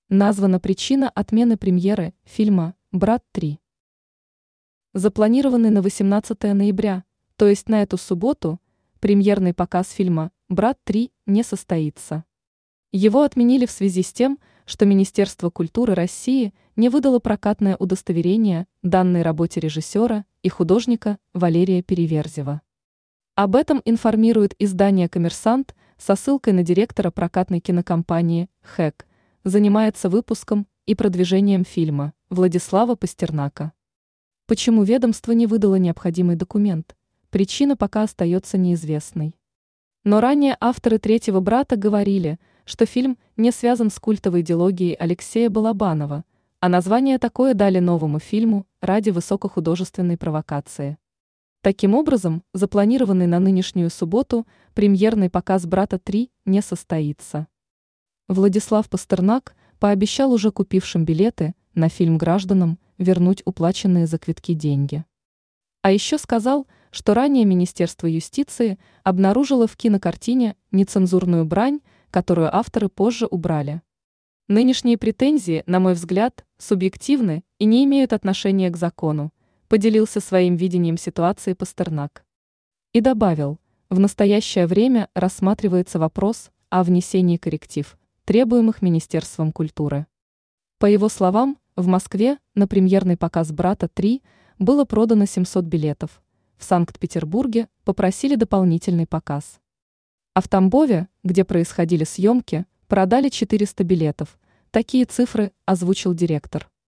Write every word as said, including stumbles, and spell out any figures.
Названа причина отмены премьеры фильма «Брат три». Запланированный на восемнадцатое ноября, то есть на эту субботу, премьерный показ фильма «Брат три» не состоится. Его отменили в связи с тем, что Министерство культуры России не выдало прокатное удостоверение данной работе режиссера и художника Валерия Переверзева. Об этом информирует издание «Коммерсант» со ссылкой на директора прокатной кинокомпании «Хэк», занимается выпуском и продвижением фильма Владислава Пастернака. Почему ведомство не выдало необходимый документ? Причина пока остается неизвестной. Но ранее авторы «Третьего брата» говорили, что фильм не связан с культовой идеологией Алексея Балабанова, а название такое дали новому фильму ради высокохудожественной провокации. Таким образом, запланированный на нынешнюю субботу премьерный показ «Брата три» не состоится. Владислав Пастернак пообещал уже купившим билеты на фильм гражданам вернуть уплаченные за квитки деньги. А еще сказал, что ранее Министерство юстиции обнаружило в кинокартине нецензурную брань, которую авторы позже убрали. Нынешние претензии, на мой взгляд, субъективны и не имеют отношения к закону, поделился своим видением ситуации Пастернак. И добавил, в настоящее время рассматривается вопрос о внесении корректив, требуемых Министерством культуры. По его словам, в Москве на премьерный показ «Брата три» было продано семьсот билетов, в Санкт-Петербурге попросили дополнительный показ. А в Тамбове, где происходили съемки, продали четыреста билетов, такие цифры озвучил директор.